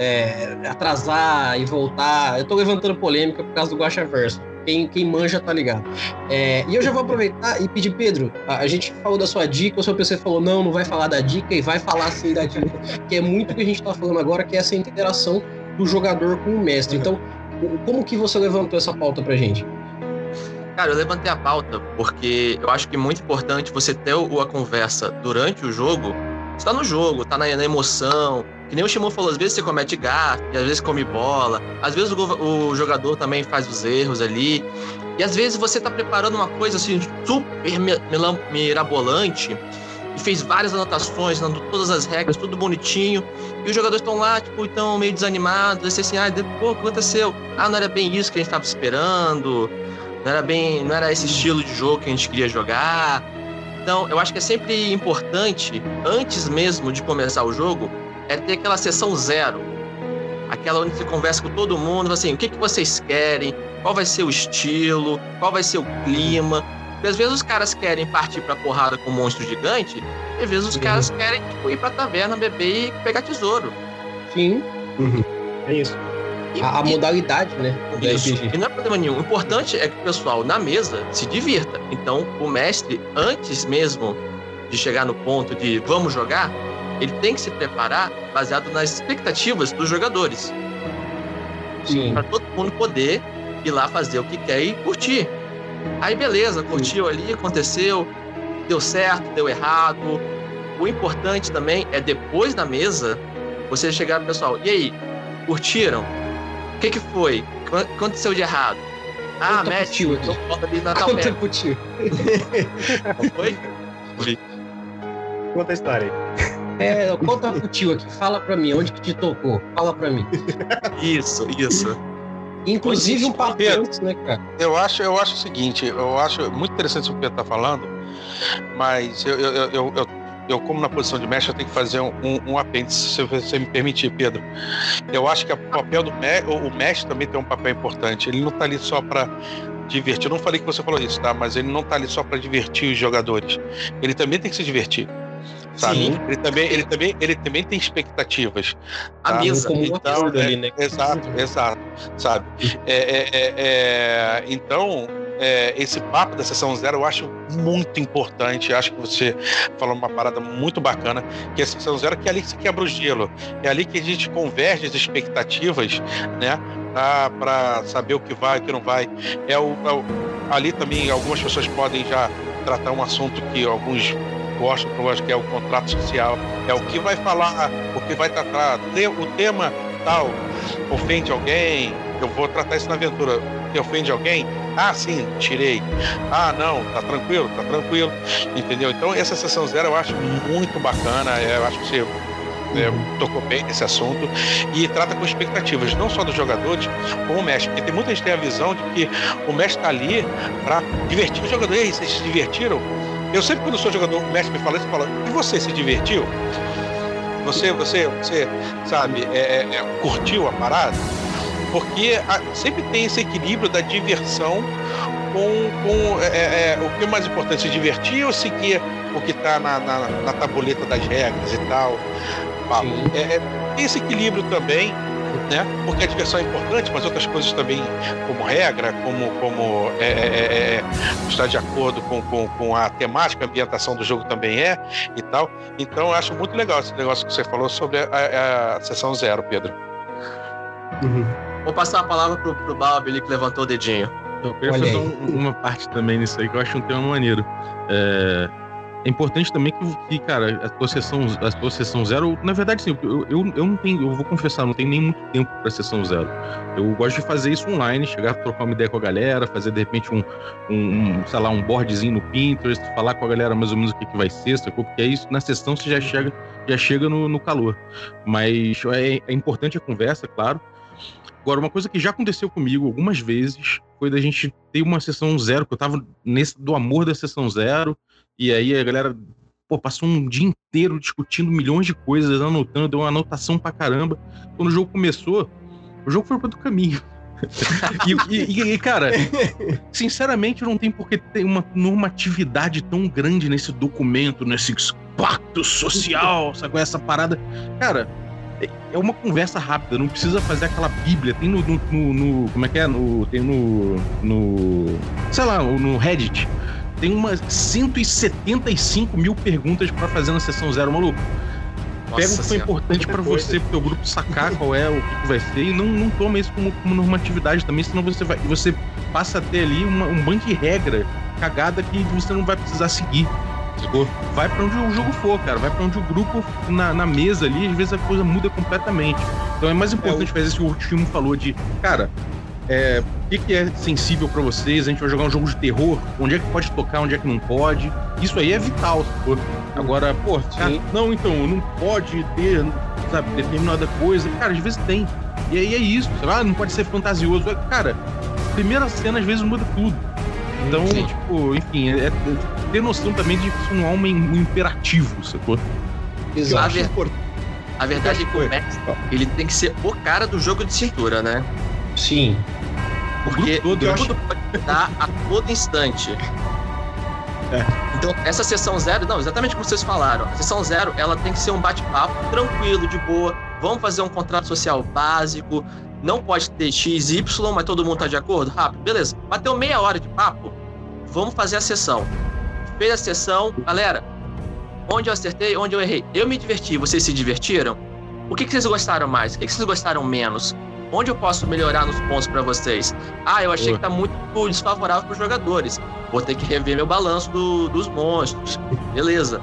Speaker 1: atrasar e voltar. Eu tô levantando polêmica por causa do Guaxaverso. Quem manja tá ligado. E eu já vou aproveitar e pedir, Pedro, a gente falou da sua dica, o seu PC falou, não vai falar da dica, e vai falar sim da dica, que é muito o que a gente tá falando agora, que é essa interação do jogador com o mestre. Então, como que você levantou essa pauta pra gente?
Speaker 5: Cara, eu levantei a pauta porque eu acho que é muito importante você ter a conversa durante o jogo. Você tá no jogo, tá na emoção. Que nem o Shimon falou, às vezes você comete gafe, às vezes come bola, às vezes o jogador também faz os erros ali. E às vezes você tá preparando uma coisa assim super mirabolante e fez várias anotações, dando todas as regras, tudo bonitinho. E os jogadores estão lá, tipo, tão meio desanimados, assim, pô, o que aconteceu? Não era bem isso que a gente tava esperando. Não era esse estilo de jogo que a gente queria jogar. Então, eu acho que é sempre importante, antes mesmo de começar o jogo, ter aquela sessão 0. Aquela onde você conversa com todo mundo, assim, o que vocês querem, qual vai ser o estilo, qual vai ser o clima. Porque às vezes os caras querem partir pra porrada com um monstro gigante, e às vezes os caras querem ir pra taverna, beber e pegar tesouro.
Speaker 1: Sim.
Speaker 4: É isso.
Speaker 1: A modalidade, né?
Speaker 5: Isso. E não é problema nenhum. O importante é que o pessoal na mesa se divirta. Então, o mestre, antes mesmo de chegar no ponto de vamos jogar, ele tem que se preparar baseado nas expectativas dos jogadores.
Speaker 1: Sim.
Speaker 5: Para todo mundo poder ir lá fazer o que quer e curtir. Aí, beleza, curtiu ali, aconteceu, deu certo, deu errado. O importante também é depois da mesa você chegar pro pessoal. E aí, curtiram? O que foi? O que aconteceu de errado?
Speaker 1: Mestre,
Speaker 5: então bota ali na tal
Speaker 1: conta pro tio.
Speaker 5: Foi?
Speaker 4: Conta a história aí.
Speaker 1: Conta pro tio aqui, fala pra mim, onde que te tocou? Fala pra mim.
Speaker 5: Isso.
Speaker 1: Inclusive um papo antes, né, cara?
Speaker 3: Eu acho o seguinte, eu acho muito interessante o que o Pedro tá falando, mas eu como na posição de mestre, eu tenho que fazer um apêndice, se você me permitir, Pedro. Eu acho que o papel o mestre também tem um papel importante. Ele não está ali só para divertir. Eu não falei que você falou isso, tá? Mas ele não está ali só para divertir os jogadores. Ele também tem que se divertir, sabe?
Speaker 1: Sim.
Speaker 3: Ele também tem expectativas.
Speaker 5: A mesa.
Speaker 1: Como um
Speaker 3: então,
Speaker 1: acordo ali, né?
Speaker 3: Exato, sabe? Então, esse papo da sessão 0 eu acho muito importante. Eu acho que você falou uma parada muito bacana, que a sessão 0 que é ali que se quebra o gelo, é ali que a gente converge as expectativas, né, para saber o que vai, o que não vai. Ali também algumas pessoas podem já tratar um assunto que alguns gostam, que é o contrato social, é o que vai falar, o que vai tratar, o tema tal ofende alguém, eu vou tratar isso na aventura. Que ofende alguém? Sim, tirei. Não, tá tranquilo, entendeu? Então essa sessão 0 eu acho muito bacana, eu acho que você tocou bem nesse assunto e trata com expectativas, não só dos jogadores, como o mestre, porque tem muita gente que tem a visão de que o mestre tá ali para divertir os jogadores. E aí, vocês se divertiram? Eu sempre, quando sou jogador, o mestre me fala isso, fala, e você se divertiu? Você sabe, curtiu a parada? Porque sempre tem esse equilíbrio da diversão com o que é mais importante, se divertir ou seguir o que está na tabuleta das regras e tal. Tem esse equilíbrio também, né? Porque a diversão é importante, mas outras coisas também, como regra, como estar de acordo com a temática, a ambientação do jogo também e tal. Então eu acho muito legal esse negócio que você falou sobre a sessão 0, Pedro.
Speaker 5: Vou passar a palavra pro Balbi ali que levantou o dedinho.
Speaker 2: Eu queria fazer uma parte também nisso aí que eu acho um tema maneiro. É importante também que cara, a tua sessão 0, na verdade, sim, eu não tenho, eu vou confessar, não tenho nem muito tempo pra sessão 0. Eu gosto de fazer isso online, chegar, trocar uma ideia com a galera, fazer de repente sei lá, um boardzinho no Pinterest, falar com a galera mais ou menos o que vai ser, sacou? Porque é isso, na sessão você já chega no calor. Mas é importante a conversa, claro. Agora, uma coisa que já aconteceu comigo algumas vezes foi da gente ter uma sessão 0, que eu tava do amor da sessão 0, e aí a galera passou um dia inteiro discutindo milhões de coisas, anotando, deu uma anotação pra caramba. Quando o jogo começou, o jogo foi para outro caminho. e, cara, sinceramente, não tem por que ter uma normatividade tão grande nesse documento, nesse pacto social, sabe? Essa parada. Cara, é uma conversa rápida, não precisa fazer aquela bíblia. Tem como é que é? Tem sei lá, no Reddit. Tem umas 175 mil perguntas pra fazer na sessão 0, maluco. Pega o que foi importante pra você, pro teu grupo sacar qual é, o que vai ser, e não toma isso como normatividade também, senão você passa a ter ali um bando de regra cagada que você não vai precisar seguir. Vai pra onde o jogo for, cara. Vai pra onde o grupo na mesa ali, às vezes a coisa muda completamente. Então é mais importante fazer isso que o filme falou de, cara, o que é sensível pra vocês? A gente vai jogar um jogo de terror, onde é que pode tocar, onde é que não pode. Isso aí é vital, sacou? Agora, cara, não pode ter, sabe, determinada coisa. Cara, às vezes tem. E aí é isso, não pode ser fantasioso. Cara, primeira cena às vezes muda tudo. Então, tipo, enfim, ter noção também de que um homem imperativo, sacou?
Speaker 5: Exato. A verdade é que o Max, ele tem que ser o cara do jogo de cintura, né?
Speaker 1: Sim.
Speaker 5: Porque tudo pode mudar a todo instante. Então, essa sessão 0, não, exatamente como vocês falaram, a sessão 0, ela tem que ser um bate-papo tranquilo, de boa. Vamos fazer um contrato social básico. Não pode ter XY, mas todo mundo tá de acordo? Rápido, beleza. Bateu meia hora de papo, vamos fazer a sessão. Fez a sessão, galera, onde eu acertei, onde eu errei. Eu me diverti, vocês se divertiram? O que vocês gostaram mais? O que vocês gostaram menos? Onde eu posso melhorar nos pontos pra vocês? Eu achei que tá muito desfavorável pros jogadores. Vou ter que rever meu balanço dos monstros. Beleza.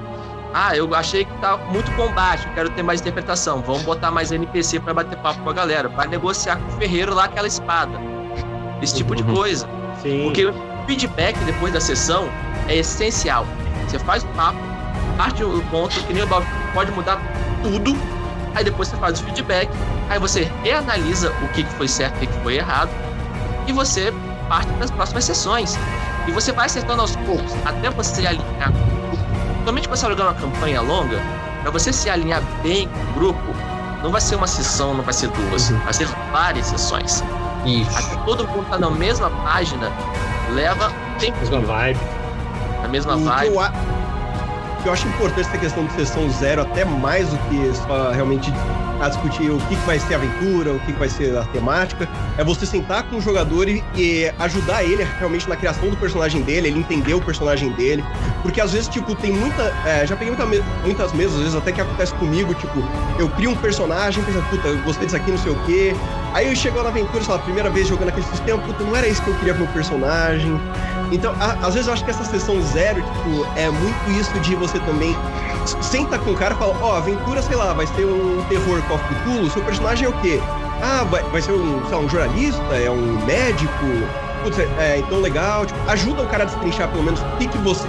Speaker 5: Eu achei que tá muito combate, eu quero ter mais interpretação. Vamos botar mais NPC pra bater papo com a galera. Vai negociar com o ferreiro lá aquela espada. Esse tipo de coisa.
Speaker 4: Sim.
Speaker 5: Porque o feedback depois da sessão é essencial. Você faz o papo, parte do ponto, que nem o Bob pode mudar tudo. Aí depois você faz o feedback, aí você reanalisa o que foi certo e o que foi errado, e você parte para as próximas sessões. E você vai acertando aos poucos, até você alinhar. Somente quando você vai jogar uma campanha longa, para você se alinhar bem com o grupo, não vai ser uma sessão, não vai ser duas, vai ser várias sessões.
Speaker 1: Isso.
Speaker 5: Até todo mundo tá na mesma página, leva tempo.
Speaker 4: Mesma vibe.
Speaker 5: A mesma vibe.
Speaker 6: O que eu acho importante essa questão de sessão 0, até mais do que só realmente discutir o que vai ser a aventura, o que vai ser a temática, é você sentar com o jogador e ajudar ele realmente na criação do personagem dele, ele entender o personagem dele, porque às vezes, tipo, tem já peguei muitas mesas, às vezes até que acontece comigo, tipo, eu crio um personagem, penso, puta, eu gostei disso aqui, não sei o quê, aí eu chego na aventura, sei lá, primeira vez jogando aquele sistema, puta, não era isso que eu queria pro meu personagem. Então, às vezes eu acho que essa sessão 0, tipo, é muito isso de você também senta com o cara e fala, a aventura, sei lá, vai ser um terror Call of Cthulhu, seu personagem é o quê? Vai ser um jornalista, é um médico, putz, então legal, tipo, ajuda o cara a destrinchar pelo menos o que você...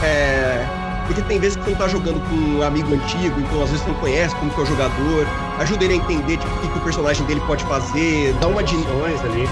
Speaker 6: Porque tem vezes que você não tá jogando com um amigo antigo, então às vezes você não conhece como que é o jogador, ajuda ele a entender tipo, o que o personagem dele pode fazer, dá uma dimensões ali.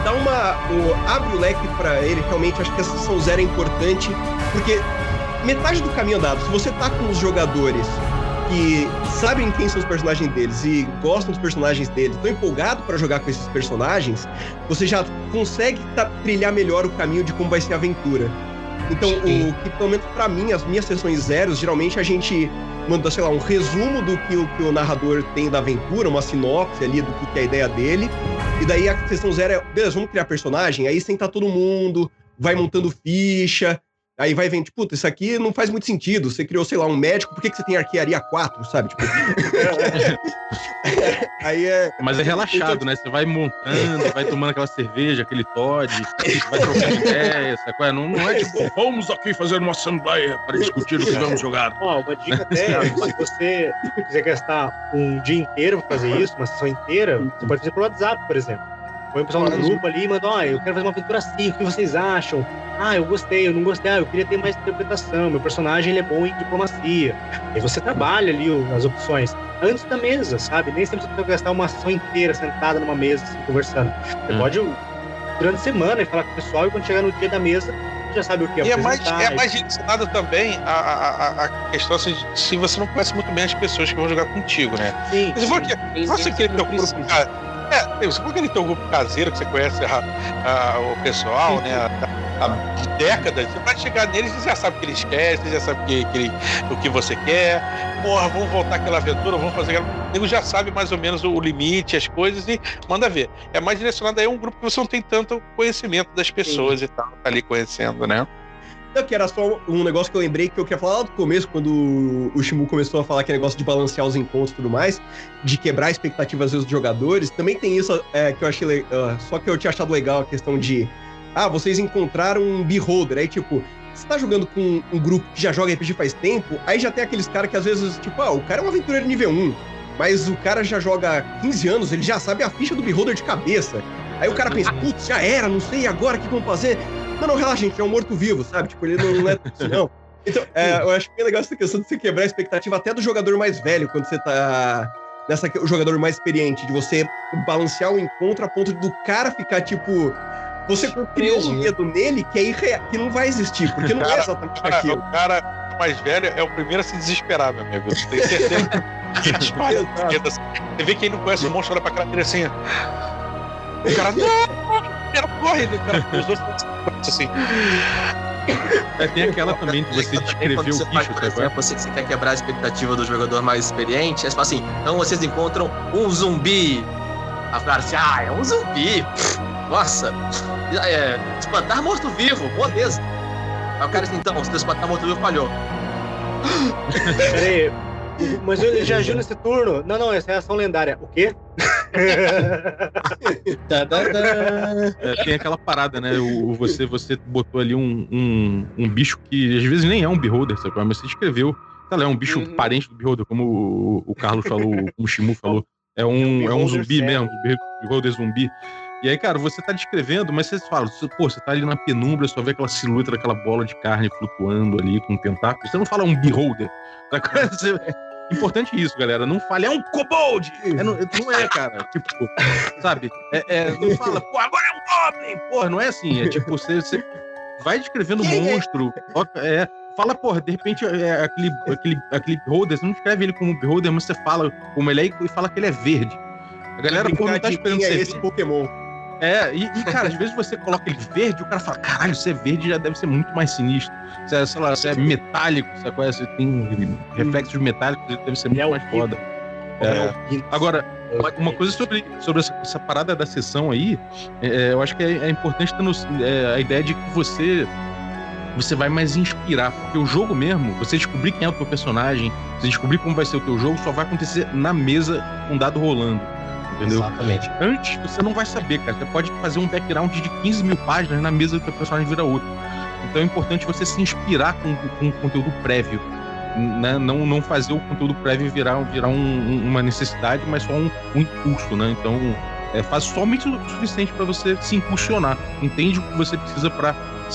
Speaker 6: Abre o leque pra ele, realmente acho que essa sessão 0 é importante, porque metade do caminho andado, se você tá com os jogadores que sabem quem são os personagens deles e gostam dos personagens deles, estão empolgados pra jogar com esses personagens, você já consegue trilhar melhor o caminho de como vai ser a aventura. Então, o que, pelo menos pra mim, as minhas sessões 0, geralmente a gente manda, sei lá, um resumo do que o narrador tem da aventura, uma sinopse ali do que é a ideia dele, e daí a sessão 0 beleza, vamos criar personagem, aí senta todo mundo, vai montando ficha, Aí vai vendo, tipo, puta, isso aqui não faz muito sentido. Você criou, sei lá, um médico, por que você tem arquearia 4, sabe? Tipo... Aí é...
Speaker 2: Mas é relaxado, né? Você vai montando, vai tomando aquela cerveja, aquele Todd, vai trocando ideia, sabe? Não é tipo, vamos aqui fazer uma assembleia para discutir o que vamos jogar.
Speaker 4: Ó, uma dica até, se você quiser gastar um dia inteiro pra fazer isso, uma sessão inteira, você pode fazer pelo WhatsApp, por exemplo. Põe o pessoal no grupo ali e manda, eu quero fazer uma aventura assim, o que vocês acham? Eu gostei, eu não gostei, eu queria ter mais interpretação, meu personagem ele é bom em diplomacia. Aí você trabalha ali as opções antes da mesa, sabe? Nem sempre você precisa gastar uma sessão inteira sentada numa mesa, assim, conversando. Você pode, durante a semana, falar com o pessoal e quando chegar no dia da mesa, já sabe o que apresentar.
Speaker 3: É mais direcionado também a questão assim, se você não conhece muito bem as pessoas que vão jogar contigo, né?
Speaker 4: Sim.
Speaker 3: Você quer ter um grupo... você pode querer ter um grupo caseiro que você conhece o pessoal, né? Há décadas, você vai chegar neles e você já sabe o que eles querem, você já sabe o que você quer. Porra, vamos voltar àquela aventura, vamos fazer aquela... O nego já sabe mais ou menos o limite, as coisas e manda ver. É mais direcionado aí a um grupo que você não tem tanto conhecimento das pessoas e tal, tá ali conhecendo, né?
Speaker 6: Que era só um negócio que eu lembrei que eu queria falar lá do começo, quando o Shimu começou a falar que é negócio de balancear os encontros e tudo mais, de quebrar expectativas às vezes dos jogadores. Também tem isso que eu achei legal, só que eu tinha achado legal a questão de vocês encontraram um beholder, aí tipo, você tá jogando com um grupo que já joga RPG faz tempo, aí já tem aqueles caras que às vezes, tipo, o cara é um aventureiro nível 1, mas o cara já joga há 15 anos, ele já sabe a ficha do beholder de cabeça. Aí o cara pensa, putz, já era, não sei agora o que vamos fazer. Não, relaxa, gente, é um morto-vivo, sabe? Tipo, ele não é assim, não. Então, eu acho bem legal essa questão de você quebrar a expectativa até do jogador mais velho, quando você tá o jogador mais experiente, de você balancear o encontro a ponto do cara ficar, tipo... Você criou um medo nele que é irreal, que não vai existir, porque não é exatamente aquilo.
Speaker 3: O cara mais velho é o primeiro a se desesperar, meu amigo. Você tem certeza que você vê que ele não conhece o monstro, olha pra cara dele assim... O cara, não, corre, cara, os dois assim.
Speaker 2: Tem aquela também que você descreveu o bicho,
Speaker 5: você quer quebrar a expectativa do jogador mais experiente, aí você fala assim, então vocês encontram um zumbi. Aí o cara assim, é um zumbi. Nossa, espantar morto-vivo, beleza. Aí o cara assim, então, se tu espantar morto-vivo, falhou.
Speaker 4: Peraí, mas ele já agiu nesse turno? Não, essa é a ação lendária. O quê?
Speaker 2: Tem aquela parada, né? Você botou ali um bicho que às vezes nem é um beholder, sabe? Mas você descreveu. É um bicho parente do beholder, como o Carlos falou, como o Shimu falou. É um zumbi mesmo, beholder zumbi. E aí, cara, você tá descrevendo, mas você fala, você tá ali na penumbra, só vê aquela silhueta daquela bola de carne flutuando ali com um tentáculo. Você não fala um beholder. Importante isso, galera. Não fale, é um kobold! Não é, cara. Tipo, sabe? Não fala, agora é um goblin! Porra, não é assim. É tipo, você vai descrevendo o monstro. Fala, de repente, aquele beholder, você não descreve ele como um beholder, mas você fala como ele é e fala que ele é verde. A galera, não tá esperando ser
Speaker 6: esse Pokémon.
Speaker 2: Cara, às vezes você coloca ele verde e o cara fala, caralho, se é verde já deve ser muito mais sinistro. Se é metálico, sabe? Se tem reflexos metálicos, deve ser muito mais foda. Agora, uma coisa sobre essa parada da sessão aí, eu acho que é importante ter a ideia de que você vai mais inspirar, porque o jogo mesmo, você descobrir quem é o teu personagem, você descobrir como vai ser o teu jogo, só vai acontecer na mesa com o dado rolando. Entendeu?
Speaker 1: Exatamente.
Speaker 2: Antes, você não vai saber, cara. Você pode fazer um background de 15 mil páginas na mesa que o personagem vira outro. Então é importante você se inspirar com conteúdo prévio. Né? Não fazer o conteúdo prévio virar uma necessidade, mas só um impulso, né? Então, faz somente o suficiente para você se impulsionar. Entende o que você precisa para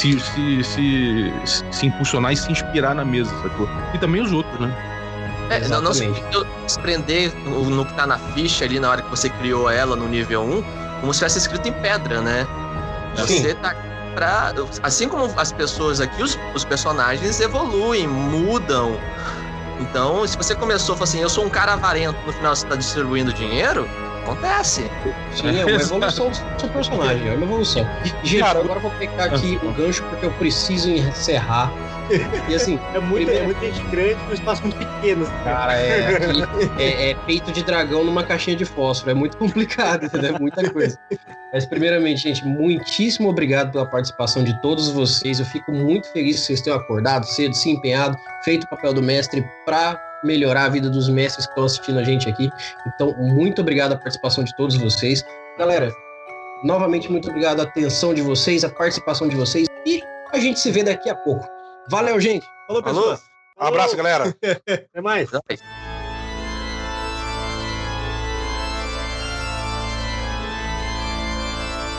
Speaker 2: se impulsionar e se inspirar na mesa, sacou? E também os outros, né?
Speaker 5: Não se desprender no que tá na ficha ali na hora que você criou ela no nível 1, como se tivesse escrito em pedra, né? Você tá assim como as pessoas aqui, os personagens evoluem, mudam. Então, se você começou e falou assim, eu sou um cara avarento, no final você tá distribuindo dinheiro, acontece.
Speaker 1: Sim, é uma evolução do seu personagem, é uma evolução. Gente, agora eu vou pegar aqui o gancho porque eu preciso encerrar E assim,
Speaker 4: É muita gente grande num espaço muito pequeno.
Speaker 1: cara, é peito de dragão numa caixinha de fósforo. É muito complicado, entendeu? É muita coisa. Mas, primeiramente, gente, muitíssimo obrigado pela participação de todos vocês. Eu fico muito feliz que vocês tenham acordado cedo, se empenhado, feito o papel do mestre para melhorar a vida dos mestres que estão assistindo a gente aqui. Então, muito obrigado a participação de todos vocês. Galera, novamente, muito obrigado a atenção de vocês, a participação de vocês. E a gente se vê daqui a pouco. Valeu, gente.
Speaker 6: Falou, pessoal.
Speaker 3: Um abraço, galera.
Speaker 4: Até mais.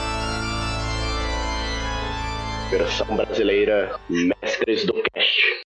Speaker 7: Versão brasileira, Mestres do Cast.